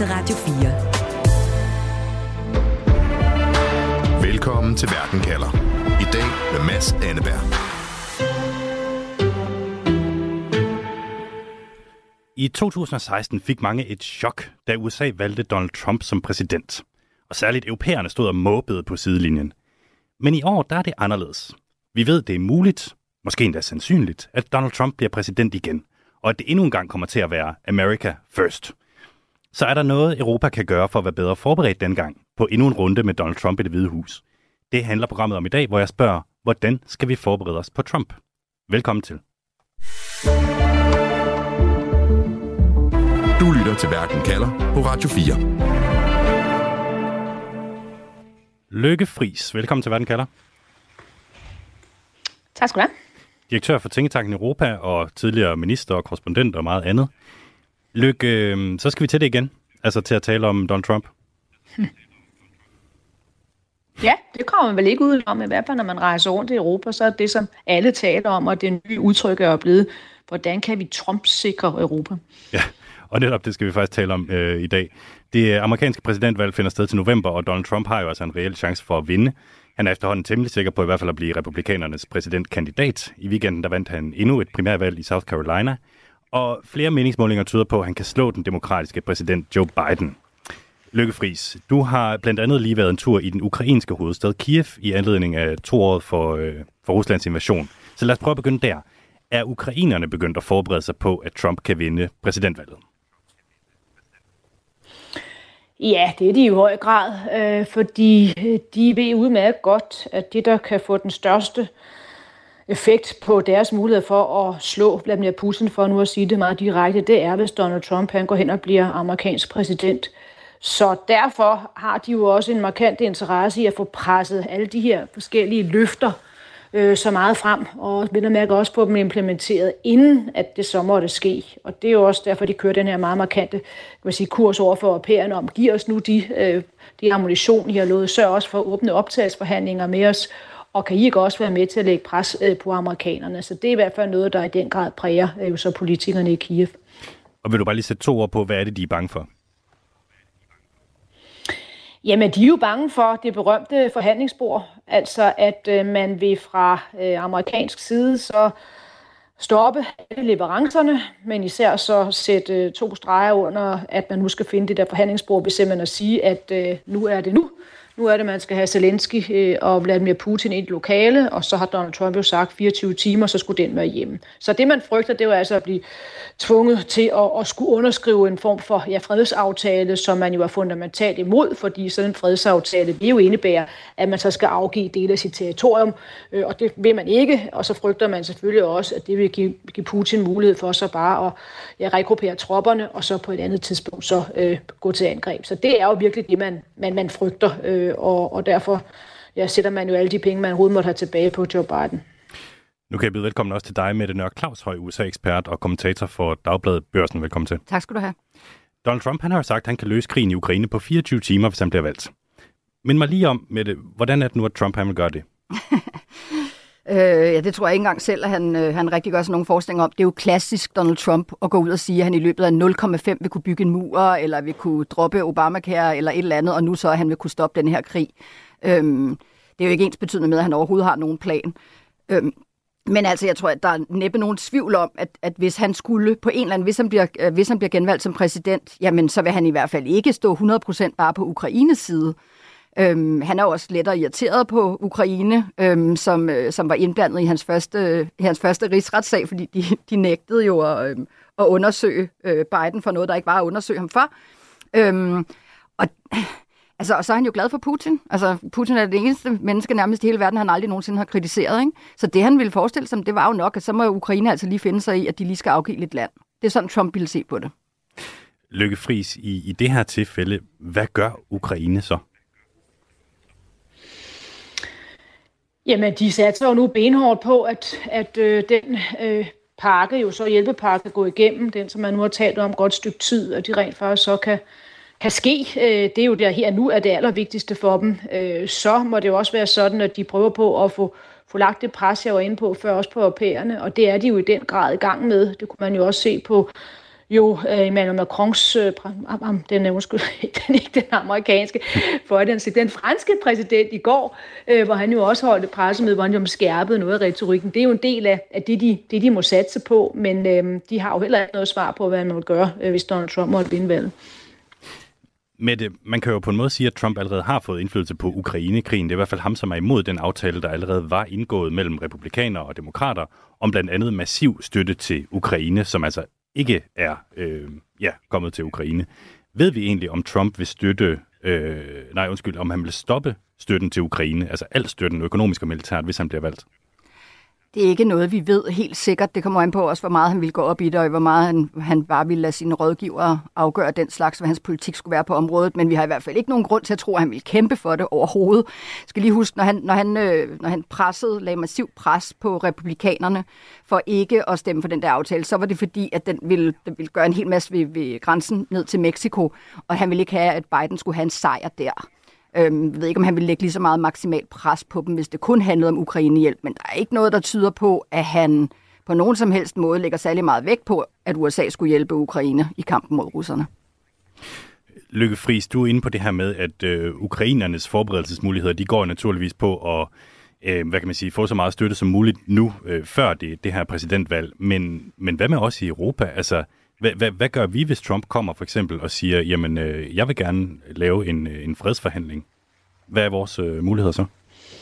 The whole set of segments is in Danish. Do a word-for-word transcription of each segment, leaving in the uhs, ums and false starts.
til Radio fire. Velkommen til Verden kalder. I dag med Mads Anneberg. I to tusind og seksten fik mange et chok, da U S A valgte Donald Trump som præsident. Og særligt europæerne stod og måbede på sidelinjen. Men i år der er det anderledes. Vi ved, det er muligt, måske endda sandsynligt, at Donald Trump bliver præsident igen. Og at det endnu en gang kommer til at være America First. Så er der noget, Europa kan gøre for at være bedre forberedt dengang på endnu en runde med Donald Trump i Det Hvide Hus. Det handler programmet om i dag, hvor jeg spørger, hvordan skal vi forberede os på Trump? Velkommen til. Du lytter til Verden kalder på Radio fire. Lykke Friis, velkommen til Verden kalder. Tak skal du have. Direktør for Tænketanken Europa og tidligere minister og korrespondent og meget andet. Lykke, så skal vi til det igen, altså til at tale om Donald Trump. Hm. Ja, det kommer man vel ikke ud om, i hvert fald når man rejser rundt i Europa, så er det, som alle taler om, og det nye udtryk er blevet, hvordan kan vi Trump-sikre Europa? Ja, og netop det skal vi faktisk tale om øh, i dag. Det amerikanske præsidentvalg finder sted til november, og Donald Trump har jo altså en reel chance for at vinde. Han er efterhånden temmelig sikker på i hvert fald at blive republikanernes præsidentkandidat. I weekenden der vandt han endnu et primærvalg i South Carolina, og flere meningsmålinger tyder på, at han kan slå den demokratiske præsident Joe Biden. Lykke Friis, du har blandt andet lige været en tur i den ukrainske hovedstad Kiev i anledning af toåret for, øh, for Ruslands invasion. Så lad os prøve at begynde der. Er ukrainerne begyndt at forberede sig på, at Trump kan vinde præsidentvalget? Ja, det er de i høj grad, øh, fordi de ved udmærket godt, at det, der kan få den største effekt på deres mulighed for at slå Vladimir Putin, for nu at sige det meget direkte, det er, hvis Donald Trump han går hen og bliver amerikansk præsident. Så derfor har de jo også en markant interesse i at få presset alle de her forskellige løfter øh, så meget frem, og vil jeg mærke også på dem implementeret, inden at det så måtte ske. Og det er jo også derfor, de kører den her meget markante kan man sige, kurs over for europæerne om, giv os nu de, øh, de ammunition, I har lovet, sørg også for at åbne optagelsesforhandlinger med os, og kan I ikke også være med til at lægge pres øh, på amerikanerne. Så det er i hvert fald noget, der i den grad præger øh, så politikerne i Kiev. Og vil du bare lige sætte to ord på, hvad er det, de er bange for? Jamen, de er jo bange for det berømte forhandlingsbord, altså at øh, man vil fra øh, amerikansk side så stoppe leverancerne, men især så sætte øh, to streger under, at man nu skal finde det der forhandlingsbord, ved simpelthen at sige, at øh, nu er det nu. Nu er det, man skal have Zelensky øh, og Vladimir Putin ind i lokale, og så har Donald Trump jo sagt fireogtyve timer, så skulle den være hjemme. Så det, man frygter, det er jo altså at blive tvunget til at, at skulle underskrive en form for ja, fredsaftale, som man jo er fundamentalt imod, fordi sådan en fredsaftale vil jo indebære, at man så skal afgive dele af sit territorium, øh, og det vil man ikke, og så frygter man selvfølgelig også, at det vil give, give Putin mulighed for så bare at ja, regruppere tropperne, og så på et andet tidspunkt så øh, gå til angreb. Så det er jo virkelig det, man, man, man frygter, øh, Og, og derfor ja, sætter man jo alle de penge, man overhovedet måtte have tilbage på Joe Biden. Nu kan jeg byde velkommen også til dig, Mette Nørre Claushøj, U S A-ekspert og kommentator for Dagbladet Børsen. Velkommen til. Tak skal du have. Donald Trump han har jo sagt, at han kan løse krigen i Ukraine på fireogtyve timer, hvis han bliver valgt. Men mig lige om, Mette, hvordan er det nu, at Trump han vil gøre det? øh, ja, det tror jeg ikke engang selv, at han, øh, han rigtig gør sådan nogle forskning om. Det er jo klassisk Donald Trump at gå ud og sige, at han i løbet af nul komma fem vil kunne bygge en mur, eller vil kunne droppe Obamacare, eller et eller andet, og nu så han vil kunne stoppe den her krig. Øhm, det er jo ikke ens betydende med, at han overhovedet har nogen plan. Øhm, men altså, jeg tror, at der er næppe nogen tvivl om, at, at hvis han skulle på en eller anden, hvis han, bliver, øh, hvis han bliver genvalgt som præsident, jamen så vil han i hvert fald ikke stå hundrede procent bare på Ukraines side. Øhm, han er også lettere irriteret på Ukraine, øhm, som, øh, som var indblandet i hans første, i hans første rigsretssag, fordi de, de nægtede jo at, øh, at undersøge øh, Biden for noget, der ikke var at undersøge ham for. Øhm, og, altså, og så er han jo glad for Putin. Altså, Putin er det eneste menneske nærmest i hele verden, han aldrig nogensinde har kritiseret. Ikke? Så det, han ville forestille sig, det var jo nok, at så må Ukraine altså lige finde sig i, at de lige skal afgive lidt land. Det er sådan, Trump ville se på det. Lykke Friis, i, i det her tilfælde, hvad gør Ukraine så? Jamen, de satser jo nu benhårdt på, at, at øh, den øh, pakke, jo så hjælpepakke, går igennem, den som man nu har talt om godt stykke tid, og de rent faktisk så kan, kan ske. Øh, det er jo der her nu, er det allervigtigste for dem. Øh, så må det jo også være sådan, at de prøver på at få, få lagt det pres, jeg var inde på før, også på europæerne, og det er de jo i den grad i gang med. Det kunne man jo også se på jo Emmanuel Macrons, øh, den er måske den ikke den amerikanske, for den, den franske præsident i går, øh, hvor han jo også holdt et pressemøde, hvor han jo skærpede noget af retorikken. Det er jo en del af, af det, de, det, de må satse på, men øh, de har jo heller ikke noget svar på, hvad man må gøre, øh, hvis Donald Trump måtte vinde valget. Mette, man kan jo på en måde sige, at Trump allerede har fået indflydelse på Ukraine-krigen. Det er i hvert fald ham, som er imod den aftale, der allerede var indgået mellem republikanere og demokrater, om blandt andet massiv støtte til Ukraine, som altså ikke er øh, ja, kommet til Ukraine. Ved vi egentlig, om Trump vil støtte, øh, nej undskyld, om han vil stoppe støtten til Ukraine, altså al støtten, økonomisk og militært, hvis han bliver valgt? Det er ikke noget, vi ved helt sikkert. Det kommer an på også, hvor meget han vil gå op i det, og hvor meget han, han bare vil lade sine rådgivere afgøre den slags, hvad hans politik skulle være på området. Men vi har i hvert fald ikke nogen grund til at tro, at han vil kæmpe for det overhovedet. Jeg skal lige huske, når han, når han, når han pressede, lagde massiv pres på republikanerne for ikke at stemme for den der aftale, så var det fordi, at den ville, den ville gøre en hel masse ved, ved grænsen ned til Mexico, og han ville ikke have, at Biden skulle have en sejr der. Øhm, jeg ved ikke, om han vil lægge lige så meget maksimalt pres på dem, hvis det kun handlede om Ukraine-hjælp, men der er ikke noget, der tyder på, at han på nogen som helst måde lægger særlig meget vægt på, at U S A skulle hjælpe Ukraine i kampen mod russerne. Lykke Friis, du er inde på det her med, at øh, ukrainernes forberedelsesmuligheder, de går naturligvis på at øh, hvad kan man sige, få så meget støtte som muligt nu, øh, før det, det her præsidentvalg. Men, men hvad med os i Europa? Altså, Hvad, hvad, hvad gør vi, hvis Trump kommer for eksempel og siger, jamen, øh, jeg vil gerne lave en, en fredsforhandling? Hvad er vores øh, muligheder så?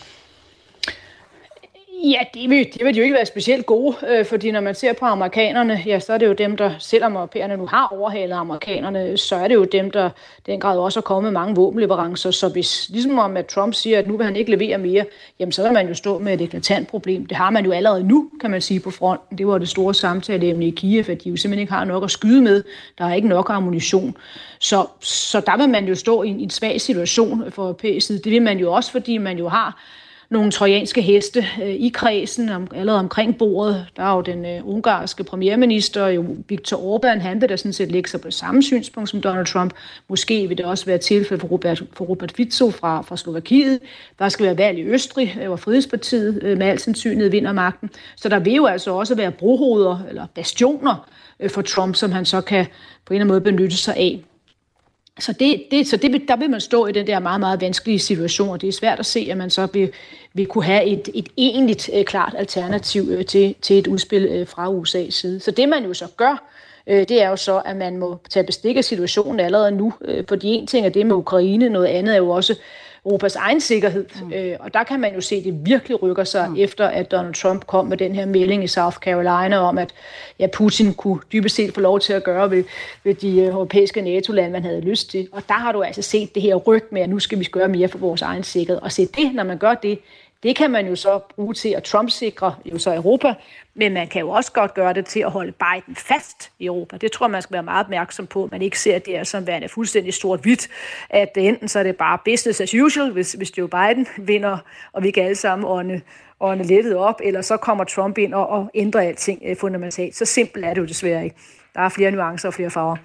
Ja, det vil, det vil jo ikke være specielt gode, øh, fordi når man ser på amerikanerne, ja, så er det jo dem, der, selvom europæerne nu har overhalet amerikanerne, så er det jo dem, der den grad også er kommet med mange våbenleverancer. Så hvis, ligesom om at Trump siger, at nu vil han ikke levere mere, jamen så vil man jo stå med et eklatant problem. Det har man jo allerede nu, kan man sige, på fronten. Det var det store samtaleemne i Kiev, at de jo simpelthen ikke har nok at skyde med. Der er ikke nok ammunition. Så, så der vil man jo stå i en, en svag situation for europæisk side. Det vil man jo også, fordi man jo har nogle trojanske heste øh, i kredsen, om, allerede omkring bordet. Der er jo den øh, ungarske premierminister, jo Viktor Orbán, han vil da sådan set lægge sig på samme synspunkt som Donald Trump. Måske vil det også være tilfælde for Robert, for Robert Fico fra, fra Slovakiet. Der skal være valg i Østrig, hvor Frihedspartiet øh, med al sandsynlighed vinder magten. Så der vil jo altså også være brohoveder eller bastioner øh, for Trump, som han så kan på en eller anden måde benytte sig af. Så, det, det, så det, der vil man stå i den der meget, meget vanskelige situation, og det er svært at se, at man så vil, vil kunne have et, et egentligt øh, klart alternativ øh, til, til et udspil øh, fra U S A's side. Så det man jo så gør, øh, det er jo så, at man må tage bestik af situationen allerede nu, øh, fordi en ting er det med Ukraine, noget andet er jo også Europas egen sikkerhed. Mm. Øh, og der kan man jo se, at det virkelig rykker sig, mm. efter at Donald Trump kom med den her melding i South Carolina om, at ja, Putin kunne dybest set få lov til at gøre ved, ved de europæiske NATO-lande, man havde lyst til. Og der har du altså set det her ryg med, at nu skal vi gøre mere for vores egen sikkerhed. Og se det, når man gør det, det kan man jo så bruge til at Trump-sikre jo så Europa, men man kan jo også godt gøre det til at holde Biden fast i Europa. Det tror jeg, man skal være meget opmærksom på, at man ikke ser det som værende fuldstændig stort-hvidt, at enten så er det bare business as usual, hvis, hvis Joe Biden vinder, og vi kan alle sammen ånde, ånde lettet op, eller så kommer Trump ind og, og ændrer alting eh, fundamentalt. Så simpelt er det jo desværre ikke. Der er flere nuancer og flere farver.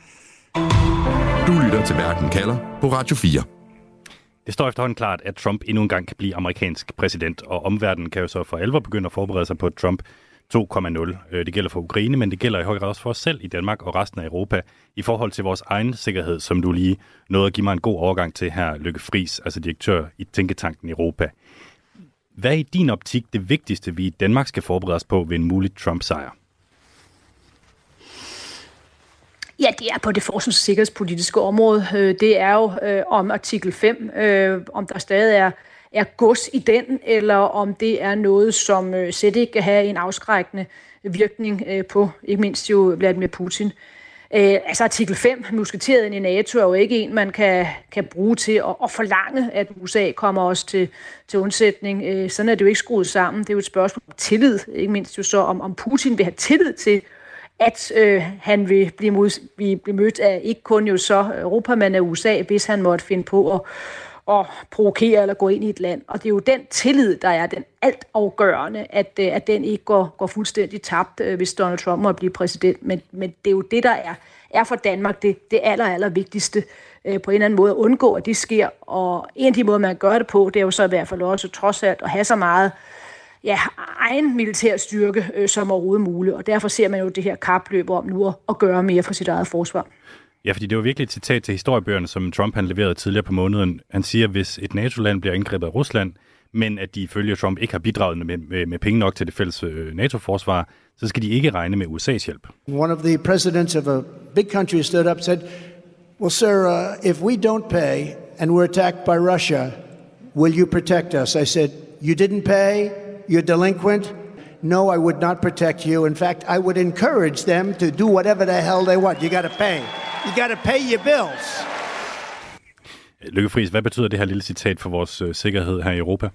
Du lytter til Verden kalder på Radio fire. Det står efterhånden klart, at Trump endnu en gang kan blive amerikansk præsident, og omverdenen kan jo så for alvor begynde at forberede sig på Trump to komma nul. Det gælder for Ukraine, men det gælder i høj grad også for os selv i Danmark og resten af Europa i forhold til vores egen sikkerhed, som du lige nåede at give mig en god overgang til her, Lykke Friis, altså direktør i Tænketanken Europa. Hvad er i din optik det vigtigste, vi i Danmark skal forberede os på ved en mulig Trump-sejr? Ja, det er på det forsvars- og sikkerhedspolitiske område. Det er jo øh, om artikel fem, øh, om der stadig er, er gods i den, eller om det er noget, som øh, slet ikke kan have en afskrækkende virkning øh, på, ikke mindst jo Vladimir Putin. Øh, altså artikel fem, musketeringen i NATO, er jo ikke en, man kan, kan bruge til at, at forlange, at U S A kommer også til, til undsætning. Øh, sådan er det jo ikke skruet sammen. Det er jo et spørgsmål om tillid, ikke mindst jo så, om, om Putin vil have tillid til, at øh, han vil blive, mod, blive mødt af ikke kun jo så Europa, men af U S A, hvis han måtte finde på at, at provokere eller gå ind i et land. Og det er jo den tillid, der er den altafgørende, at, at den ikke går, går fuldstændig tabt, hvis Donald Trump må blive præsident. Men, men det er jo det, der er, er for Danmark det, det aller, aller vigtigste øh, på en eller anden måde at undgå, at det sker. Og en af de måder, man gør det på, det er jo så i hvert fald også trods alt at have så meget ja, egen militær styrke øh, som overhovedet muligt, og derfor ser man jo det her kapløb om nu at, at gøre mere for sit eget forsvar. Ja, fordi det var virkelig et citat til historiebøgerne, som Trump han leverede tidligere på måneden. Han siger, at hvis et NATO-land bliver angrebet af Rusland, men at de ifølge Trump ikke har bidraget med, med, med penge nok til det fælles NATO-forsvar, så skal de ikke regne med U S A's hjælp. One of the presidents of a big country stood up and said, well, sir, uh, if we don't pay and we're attacked by Russia, will you protect us? I said, you didn't pay, you're delinquent. No, I would not protect you. In fact, I would encourage them to do whatever the hell they want. You got to pay. You got to pay your bills. Lykke Friis, hvad betyder det her lille citat for vores øh, sikkerhed her i Europa?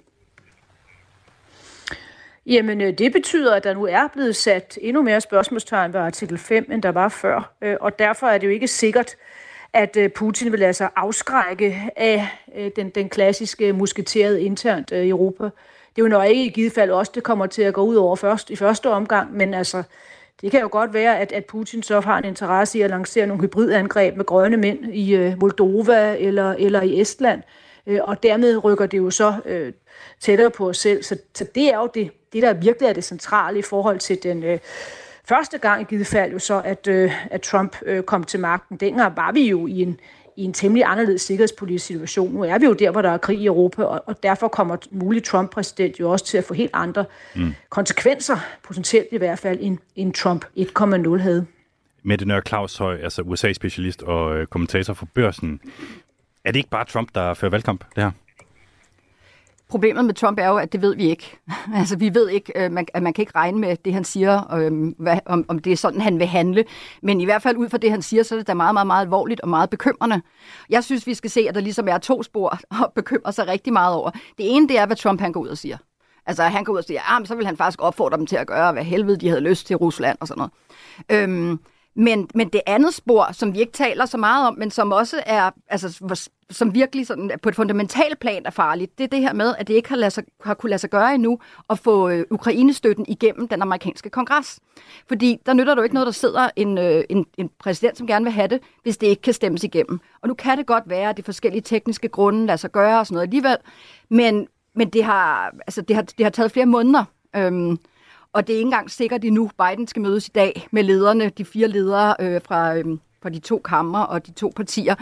Jamen, det betyder, at der nu er blevet sat endnu mere spørgsmålstegn ved artikel fem, end der var før. Og derfor er det jo ikke sikkert, at Putin vil lade sig afskrække af den, den klassiske musketerede internt i Europa. Det er jo nok ikke i givet fald også, det kommer til at gå ud over først, i første omgang, men altså, det kan jo godt være, at, at Putin så har en interesse i at lancere nogle hybridangreb med grønne mænd i Moldova eller, eller i Estland, og dermed rykker det jo så øh, tættere på os selv. Så, så det er jo det, det, der virkelig er det centrale i forhold til den øh, første gang i givet fald, jo så, at, øh, at Trump øh, kom til magten. Dengang var vi jo i en, i en temmelig anderledes sikkerhedspolitisk situation. Nu er vi jo der, hvor der er krig i Europa, og, og derfor kommer mulig Trump-præsident jo også til at få helt andre mm. konsekvenser, potentielt i hvert fald, end, end Trump et komma nul havde. Mette Nørre Claushøj, altså U S A-specialist og øh, kommentator for Børsen. Er det ikke bare Trump, der fører valgkamp, det her? Problemet med Trump er jo, at det ved vi ikke. Altså, vi ved ikke, at man, at man kan ikke regne med det, han siger, øhm, hvad, om, om det er sådan, han vil handle. Men i hvert fald ud fra det, han siger, så er det da meget, meget, meget alvorligt og meget bekymrende. Jeg synes, vi skal se, at der ligesom er to spor og bekymrer sig rigtig meget over. Det ene, det er, hvad Trump han går ud og siger. Altså, han går ud og siger, at så vil han faktisk opfordre dem til at gøre, hvad helvede de havde lyst til Rusland og sådan noget. Øhm, Men, men det andet spor, som vi ikke taler så meget om, men som også er, altså, som virkelig sådan, på et fundamentalt plan er farligt, det er det her med, at det ikke har, lade sig, har kunne lade sig gøre endnu at få øh, Ukraine-støtten igennem den amerikanske kongres. Fordi der nytter det jo ikke noget, der sidder en, øh, en, en præsident, som gerne vil have det, hvis det ikke kan stemmes igennem. Og nu kan det godt være, at det forskellige tekniske grunde lader sig gøre og sådan noget alligevel, men, men det, har, altså, det, har, det har taget flere måneder. Øhm, Og det er ikke engang sikkert endnu. Biden skal mødes i dag med lederne, de fire ledere øh, fra, øh, fra de to kamre og de to partier.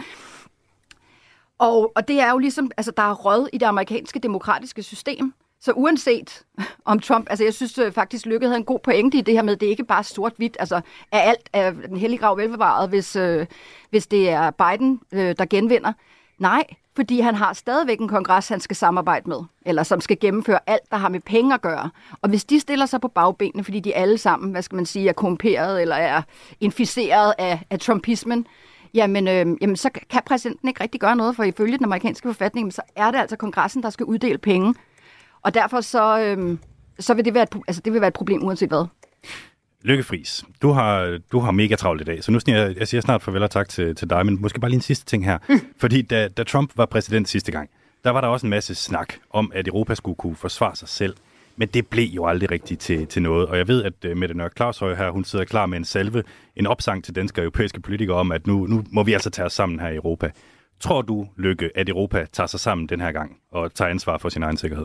Og, og det er jo ligesom, altså der er rød i det amerikanske demokratiske system. Så uanset om Trump, altså jeg synes faktisk, Lykke havde en god pointe i det her med, det er ikke bare sort-hvidt. Altså er alt er den hellige grav velbevaret, hvis, øh, hvis det er Biden, øh, der genvinder? Nej, fordi han har stadigvæk en kongres, han skal samarbejde med, eller som skal gennemføre alt, der har med penge at gøre. Og hvis de stiller sig på bagbenene, fordi de alle sammen, hvad skal man sige, er korrumperet eller er inficeret af, af trumpismen, jamen, øh, jamen så kan præsidenten ikke rigtig gøre noget, for ifølge den amerikanske forfatning, så er det altså kongressen, der skal uddele penge. Og derfor så, øh, så vil det være et, altså, det vil være et problem uanset hvad. Lykke Friis, du har, du har mega travlt i dag, så nu siger jeg, jeg siger snart farvel og tak til, til dig, men måske bare lige en sidste ting her. Mm. Fordi da, da Trump var præsident sidste gang, der var der også en masse snak om, at Europa skulle kunne forsvare sig selv. Men det blev jo aldrig rigtigt til, til noget. Og jeg ved, at uh, Mette Nørre Claushøj her, hun sidder klar med en salve, en opsang til danske og europæiske politikere om, at nu, nu må vi altså tage os sammen her i Europa. Tror du, Lykke, at Europa tager sig sammen den her gang og tager ansvar for sin egen sikkerhed?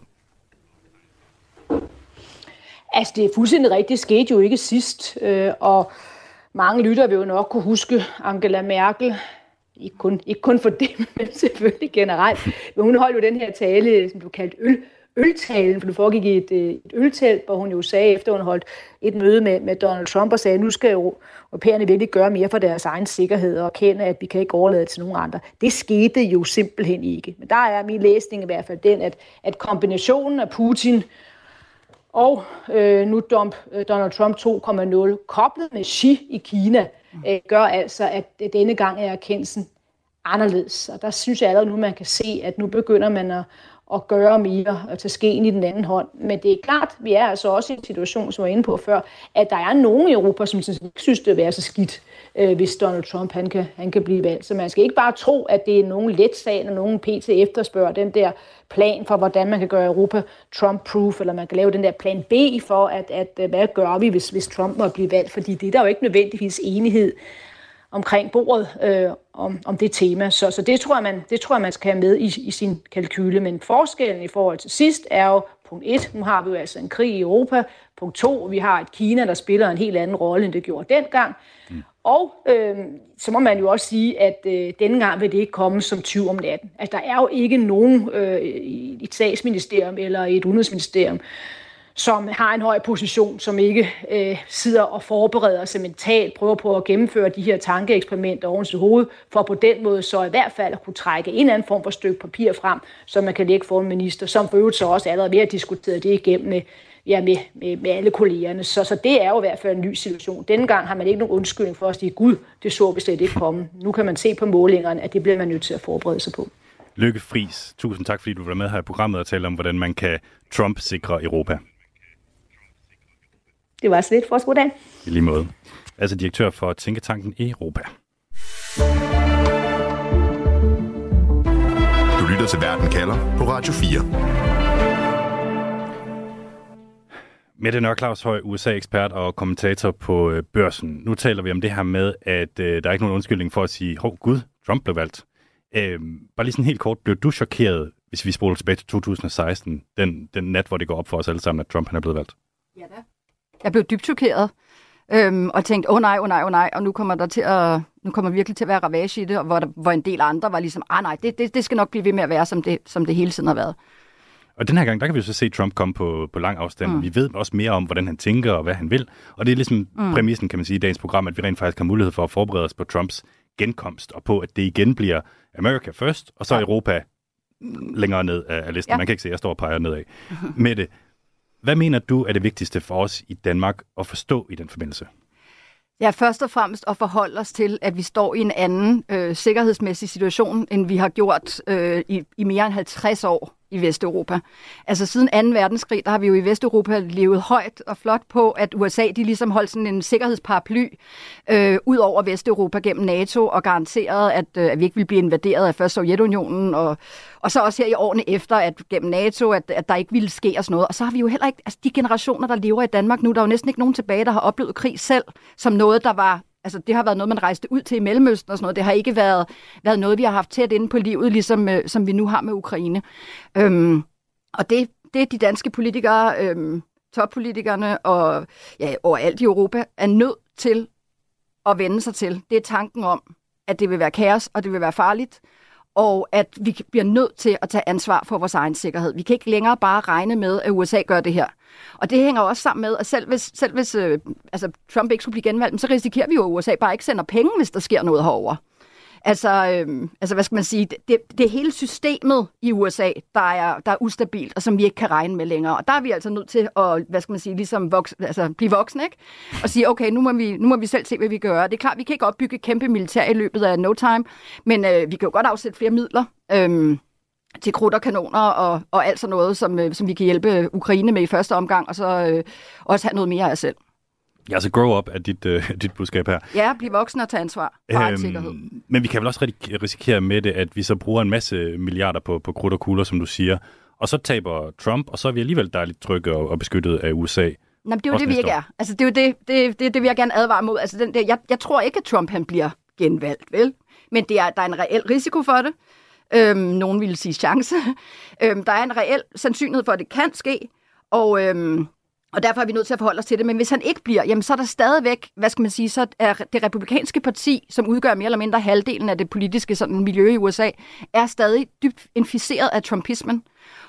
Altså, det er fuldstændig rigtigt. Det skete jo ikke sidst, øh, og mange lytter vil jo nok kunne huske Angela Merkel, ikke kun, ikke kun for det, men selvfølgelig generelt. Men hun holdt jo den her tale, som du kaldte øl, øltalen, for du foregik i et, et øltelt, hvor hun jo sagde, efter hun holdt et møde med, med Donald Trump, og sagde, at nu skal jo europæerne virkelig gøre mere for deres egen sikkerhed, og erkende, at vi kan ikke overlade det til nogen andre. Det skete jo simpelthen ikke. Men der er min læsning i hvert fald den, at, at kombinationen af Putin og øh, nu dump, øh, Donald Trump to komma nul, koblet med Xi i Kina, øh, gør altså, at øh, denne gang er erkendelsen anderledes. Og der synes jeg allerede nu, man kan se, at nu begynder man at, at gøre mere og tage skeen i den anden hånd. Men det er klart, vi er altså også i en situation, som jeg var inde på før, at der er nogen i Europa, som ikke synes, det vil være så skidt, øh, hvis Donald Trump han kan, han kan blive valgt. Så man skal ikke bare tro, at det er nogen let sag, når nogen P T efterspørger den der plan for, hvordan man kan gøre Europa Trump-proof, eller man kan lave den der plan B for, at, at hvad gør vi, hvis, hvis Trump må blive valgt, fordi det er der jo ikke nødvendigvis enighed omkring bordet øh, om, om det tema. Så, så det, tror jeg, man, det tror jeg, man skal have med i, i sin kalkyle. Men forskellen i forhold til sidst er jo Punkt et, nu har vi jo altså en krig i Europa. Punkt to, vi har et Kina, der spiller en helt anden rolle, end det gjorde dengang. Mm. Og øh, så må man jo også sige, at øh, denne gang vil det ikke komme som tyv om natten. Altså, der er jo ikke nogen øh, i et statsministerium eller et udenrigsministerium, som har en høj position, som ikke øh, sidder og forbereder sig mentalt, prøver på at gennemføre de her tankeeksperimenter oven til hovedet, for på den måde så i hvert fald at kunne trække en eller anden form for stykke papir frem, som man kan lægge for en minister, som for øvrigt så også allerede ved at diskutere det igennem med, ja, med, med, med alle kollegerne. Så, så det er jo i hvert fald en ny situation. Denne gang har man ikke nogen undskyldning for at sige, gud, det så vi slet ikke komme. Nu kan man se på målingerne, at det bliver man nødt til at forberede sig på. Lykke Friis, tusind tak, fordi du var med her i programmet og talte om, hvordan man kan Trump-sikre Europa. Det var så lidt for os. Goddag. I lige måde. Altså direktør for Tænketanken i Europa. Du lytter til Verden kalder på Radio fire. Mette Nørklaus Høj, U S A-ekspert og kommentator på øh, Børsen. Nu taler vi om det her med, at øh, der er ikke nogen undskyldning for at sige, hov gud, Trump blev valgt. Øh, bare lige sådan helt kort, blev du chokeret, hvis vi spoler tilbage til to tusind og seksten, den, den nat, hvor det går op for os alle sammen, at Trump han er blevet valgt? Ja da. Jeg blev dybt chokeret, øhm, og tænkte, åh oh, nej, åh oh, nej, åh oh, nej, og nu kommer der til at, nu kommer virkelig til at være ravage i det, og hvor, der, hvor en del andre var ligesom, ah nej, det, det, det skal nok blive ved med at være, som det, som det hele tiden har været. Og den her gang, der kan vi jo så se Trump komme på, på lang afstand. Mm. Vi ved også mere om, hvordan han tænker og hvad han vil. Og det er ligesom mm. præmissen, kan man sige, i dagens program, at vi rent faktisk har mulighed for at forberede os på Trumps genkomst, og på, at det igen bliver America first, og så ja. Europa længere ned af listen. Ja. Man kan ikke se, at jeg står og peger nedad. Mette, hvad mener du er det vigtigste for os i Danmark at forstå i den forbindelse? Ja, først og fremmest at forholde os til, at vi står i en anden øh, sikkerhedsmæssig situation, end vi har gjort øh, i, i mere end halvtreds år i Vesteuropa. Altså siden anden verdenskrig, der har vi jo i Vesteuropa levet højt og flot på, at U S A de ligesom holdt sådan en sikkerhedsparaply øh, ud over Vesteuropa gennem NATO og garanteret, at, øh, at vi ikke ville blive invaderet af først Sovjetunionen og, og så også her i årene efter, at gennem NATO, at, at der ikke ville ske os noget. Og så har vi jo heller ikke, altså de generationer, der lever i Danmark nu, der er jo næsten ikke nogen tilbage, der har oplevet krig selv, som noget, der var. Altså, det har været noget, man rejste ud til i Mellemøsten og sådan noget. Det har ikke været, været noget, vi har haft tæt inde på livet, ligesom øh, som vi nu har med Ukraine. Øhm, og det, det er de danske politikere, øhm, toppolitikerne og ja, overalt i Europa, er nødt til at vende sig til. Det er tanken om, at det vil være kaos, og det vil være farligt, og at vi bliver nødt til at tage ansvar for vores egen sikkerhed. Vi kan ikke længere bare regne med, at U S A gør det her. Og det hænger også sammen med, at selv hvis, selv hvis øh, altså Trump ikke skulle blive genvalgt, så risikerer vi jo, at U S A bare ikke sender penge, hvis der sker noget herover. Altså, øh, altså hvad skal man sige, det, det er hele systemet i U S A, der er, der er ustabilt, og som vi ikke kan regne med længere. Og der er vi altså nødt til at, hvad skal man sige, ligesom voks, altså blive voksne, ikke? Og sige, okay, nu må, vi, nu må vi selv se, hvad vi gør. Det er klart, vi kan ikke opbygge et kæmpe militær i løbet af no time, men øh, vi kan jo godt afsætte flere midler øh, til krudt og kanoner og, og alt sådan noget, som, øh, som vi kan hjælpe Ukraine med i første omgang, og så øh, også have noget mere af selv. Ja, altså grow up er dit, øh, dit budskab her. Ja, blive voksen og tage ansvar for egen sikkerhed. Men vi kan vel også risikere med det, at vi så bruger en masse milliarder på, på krudt og kugler, som du siger, og så taber Trump, og så er vi alligevel dejligt trygge og, og beskyttet af U S A. Nå, men det er jo det, vi ikke er. Altså, det er jo det, det, det, det vil jeg gerne advare mod. Altså, den der, jeg, jeg tror ikke, at Trump han bliver genvalgt, vel? Men det er, der er en reel risiko for det. Øhm, nogen ville sige chance. øhm, der er en reel sandsynlighed for, at det kan ske, og... Øhm, Og derfor er vi nødt til at forholde os til det. Men hvis han ikke bliver, jamen så er der stadigvæk, hvad skal man sige, så er det republikanske parti, som udgør mere eller mindre halvdelen af det politiske sådan, miljø i U S A, er stadig dybt inficeret af trumpismen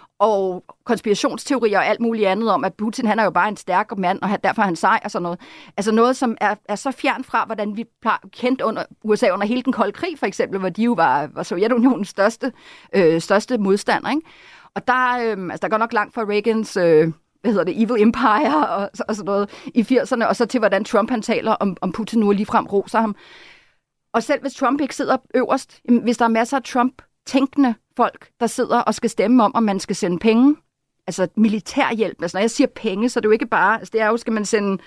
og konspirationsteorier og alt muligt andet om, at Putin han er jo bare en stærk mand, og derfor er han sej og sådan noget. Altså noget, som er, er så fjern fra, hvordan vi kendte under U S A under hele den kolde krig, for eksempel, hvor de jo var, var Sovjetunionens største, øh, største modstander. Ikke? Og der, øh, altså, der går nok langt fra Reagans... Øh, hvad hedder det, Evil Empire og, og sådan noget i firserne, og så til, hvordan Trump han taler om, om Putin nu og ligefrem roser ham. Og selv hvis Trump ikke sidder øverst, hvis der er masser af Trump-tænkende folk, der sidder og skal stemme om, om man skal sende penge, altså militærhjælp, altså når jeg siger penge, så er det jo ikke bare, altså det er jo, skal man sende,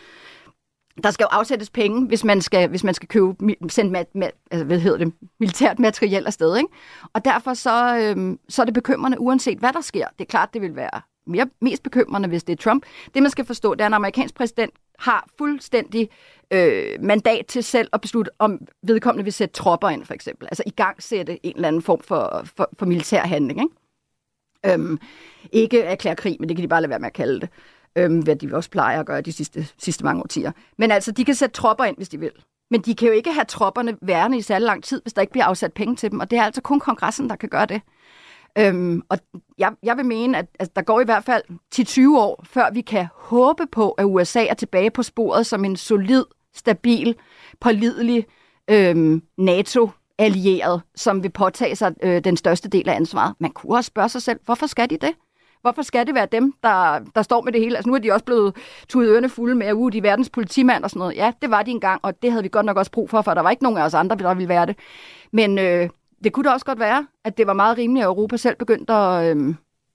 der skal jo afsættes penge, hvis man skal, hvis man skal købe, sende mat, mat, altså, hvad hedder det, militært materiel afsted, ikke? Og derfor så, øhm, så er det bekymrende, uanset hvad der sker. Det er klart, det vil være mere, mest bekymrende, hvis det er Trump. Det, man skal forstå, det er, at en amerikansk præsident har fuldstændig øh, mandat til selv at beslutte, om vedkommende vil sætte tropper ind, for eksempel. Altså i gang sætte en eller anden form for, for, for militær handling, ikke? Øhm, ikke erklære krig, men det kan de bare lade være med at kalde det. Øhm, hvad de også plejer at gøre de sidste, sidste mange årtier. Men altså, de kan sætte tropper ind, hvis de vil. Men de kan jo ikke have tropperne værende i særlig lang tid, hvis der ikke bliver afsat penge til dem. Og det er altså kun kongressen, der kan gøre det. Øhm, og jeg, jeg vil mene, at altså, der går i hvert fald ti til tyve år, før vi kan håbe på, at U S A er tilbage på sporet som en solid, stabil, pålidelig øhm, NATO-allieret, som vil påtage sig øh, den største del af ansvaret. Man kunne også spørge sig selv, hvorfor skal de det? Hvorfor skal det være dem, der, der står med det hele? Altså nu er de også blevet tudet ørerne fulde med, at uh, de er verdens politimand og sådan noget. Ja, det var de engang, og det havde vi godt nok også brug for, for der var ikke nogen af os andre, der ville være det. Men øh, det kunne da også godt være, at det var meget rimeligt, at Europa selv begyndte at, øh,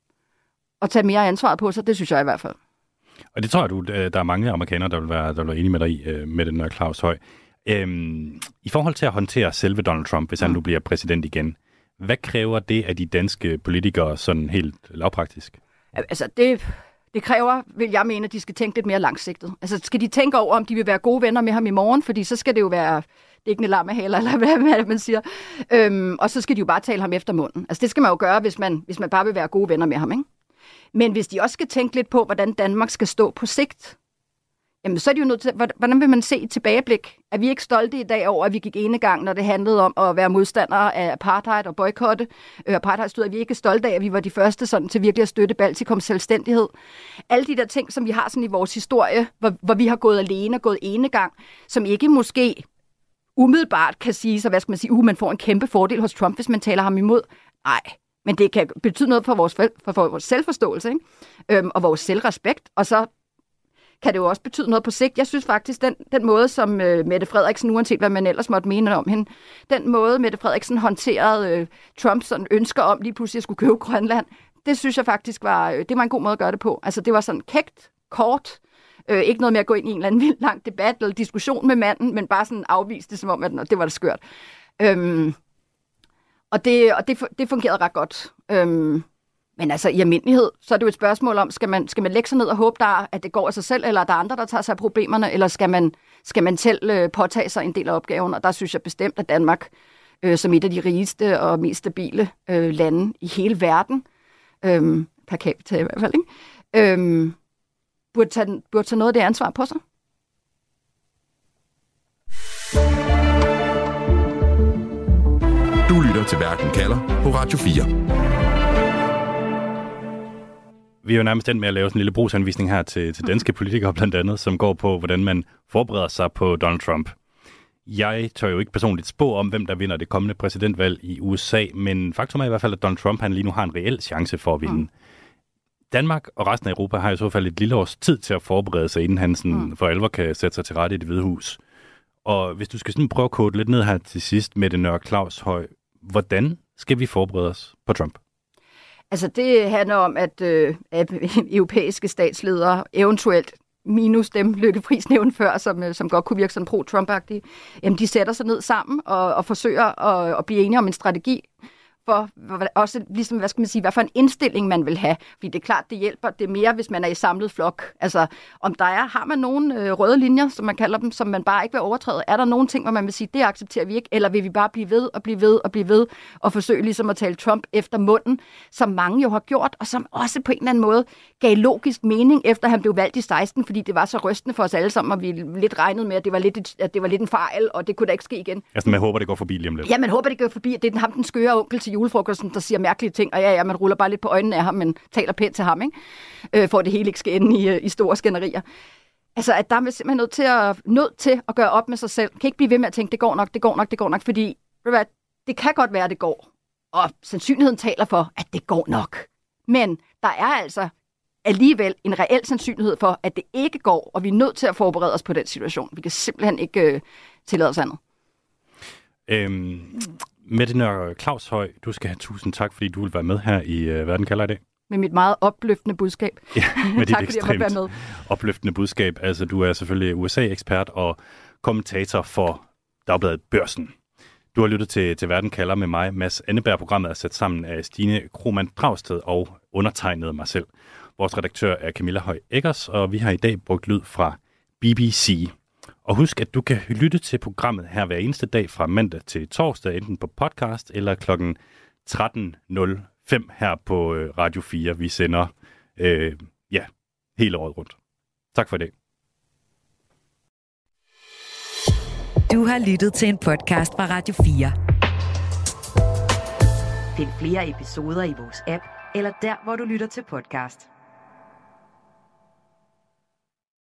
at tage mere ansvar på sig. Det synes jeg i hvert fald. Og det tror jeg, du, der er mange amerikanere, der vil være, der vil være enige med dig i, med den, Claus Høj. Øhm, I forhold til at håndtere selve Donald Trump, hvis han nu bliver præsident igen, hvad kræver det af de danske politikere sådan helt lavpraktisk? Altså, det, det kræver, vil jeg mene, at de skal tænke lidt mere langsigtet. Altså, skal de tænke over, om de vil være gode venner med ham i morgen, fordi så skal det jo være dækkende lammehaler, eller hvad man siger. Øhm, og så skal de jo bare tale ham efter munden. Altså, det skal man jo gøre, hvis man, hvis man bare vil være gode venner med ham, ikke? Men hvis de også skal tænke lidt på, hvordan Danmark skal stå på sigt, jamen så er de jo nødt til, hvordan vil man se et tilbageblik? Er vi ikke stolte i dag over, at vi gik enegang, når det handlede om at være modstandere af apartheid og boykotte? Øh, apartheid stod, at vi ikke er stolte af, at vi var de første sådan, til virkelig at støtte Baltikums selvstændighed. Alle de der ting, som vi har sådan i vores historie, hvor, hvor vi har gået alene og gået enegang, som ikke måske umiddelbart kan sige, så hvad skal man sige, uh, man får en kæmpe fordel hos Trump, hvis man taler ham imod. Nej, men det kan betyde noget for vores, for, for vores selvforståelse, ikke? Øhm, og vores selvrespekt, og så kan det jo også betyde noget på sigt. Jeg synes faktisk, den, den måde, som øh, Mette Frederiksen, uanset hvad man ellers måtte mene om hende, den måde, Mette Frederiksen håndterede øh, Trumps sådan ønsker om lige pludselig at skulle købe Grønland, det synes jeg faktisk var, øh, det var en god måde at gøre det på. Altså det var sådan kægt, kort, øh, ikke noget med at gå ind i en eller anden vild lang debat eller diskussion med manden, men bare sådan afvise det som om, at det var da skørt. Øhm, og det, og det, det fungerede ret godt. Øhm, Men altså i almindelighed, så er det jo et spørgsmål om, skal man, skal man lægge sig ned og håbe, der, at det går af sig selv, eller er der andre, der tager sig af problemerne, eller skal man, skal man selv øh, påtage sig en del af opgaven? Og der synes jeg bestemt, at Danmark, øh, som et af de rigeste og mest stabile øh, lande i hele verden, øh, per capita i hvert fald, ikke? Øh, burde, tage, burde tage noget af det ansvar på sig. Du lytter til Verden kalder på Radio fire. Vi er jo nærmest den med at lave sådan en lille brugsanvisning her til, til danske politikere blandt andet, som går på, hvordan man forbereder sig på Donald Trump. Jeg tør jo ikke personligt spå om, hvem der vinder det kommende præsidentvalg i U S A, men faktum er i hvert fald, at Donald Trump han lige nu har en reel chance for at vinde. Mm. Danmark og resten af Europa har i så fald et lille års tid til at forberede sig, inden han sådan mm. for alvor kan sætte sig til rette i Det Hvide Hus. Og hvis du skal sådan prøve at kode lidt ned her til sidst med den Claus Høj, hvordan skal vi forberede os på Trump? Altså det handler om, at, øh, at europæiske statsledere, eventuelt minus dem Lykke Friis nævnte før, som, som godt kunne virke sådan pro-Trump-agtige, jamen de sætter sig ned sammen og, og forsøger at, at blive enige om en strategi for også ligesom, hvad skal man sige, hvad for en indstilling man vil have. Fordi det er klart, det hjælper det mere, hvis man er i samlet flok. Altså, om der er, har man nogle øh, røde linjer, som man kalder dem, som man bare ikke vil overtræde? Er der nogle ting, hvor man vil sige, det accepterer vi ikke? Eller vil vi bare blive ved og blive ved og blive ved og forsøge ligesom at tale Trump efter munden, som mange jo har gjort, og som også på en eller anden måde gav logisk mening, efter han blev valgt i seksten, fordi det var så rystende for os alle sammen, og vi lidt regnede med, at det var lidt, at det var lidt en fejl, og det kunne da ikke ske igen. Altså, man håber, det går forbi lige om lidt. Ja, man håber, det går forbi, at det er ham, den skøre onkel til julefrokosten, der siger mærkelige ting, og ja, ja, man ruller bare lidt på øjnene af ham, men taler pænt til ham, ikke? Øh, for at det hele ikke skal ende i, i store skænderier. Altså, at der er simpelthen nødt til, at, nødt til at gøre op med sig selv. Kan ikke blive ved med at tænke, det går nok, det går nok, det går nok, fordi det kan godt være, at det går. Og sandsynligheden taler for, at det går nok. Men der er altså alligevel en reel sandsynlighed for, at det ikke går, og vi er nødt til at forberede os på den situation. Vi kan simpelthen ikke øh, tillade os andet. Øhm, Mette Nørgaard Claus Høj, du skal have tusind tak, fordi du vil være med her i uh, Verden kalder i dag. Med mit meget opløftende budskab. Ja, med dit tak, ekstremt fordi jeg med. opløftende budskab. Altså, du er selvfølgelig U S A-ekspert og kommentator for Dagbladet Børsen. Du har lyttet til, til Verden kalder med mig, Mads Anneberg. Programmet er sat sammen af Stine Krohmann Dragsted og undertegnet mig selv. Vores redaktør er Camilla Høj Eggers, og vi har i dag brugt lyd fra B B C. Og husk, at du kan lytte til programmet her hver eneste dag fra mandag til torsdag, enten på podcast eller klokken tretten nul fem her på øh, Radio fire. Vi sender øh, ja, hele året rundt. Tak for det. Du har lyttet til en podcast fra Radio fire. Find flere episoder i vores app, eller der, hvor du lytter til podcast.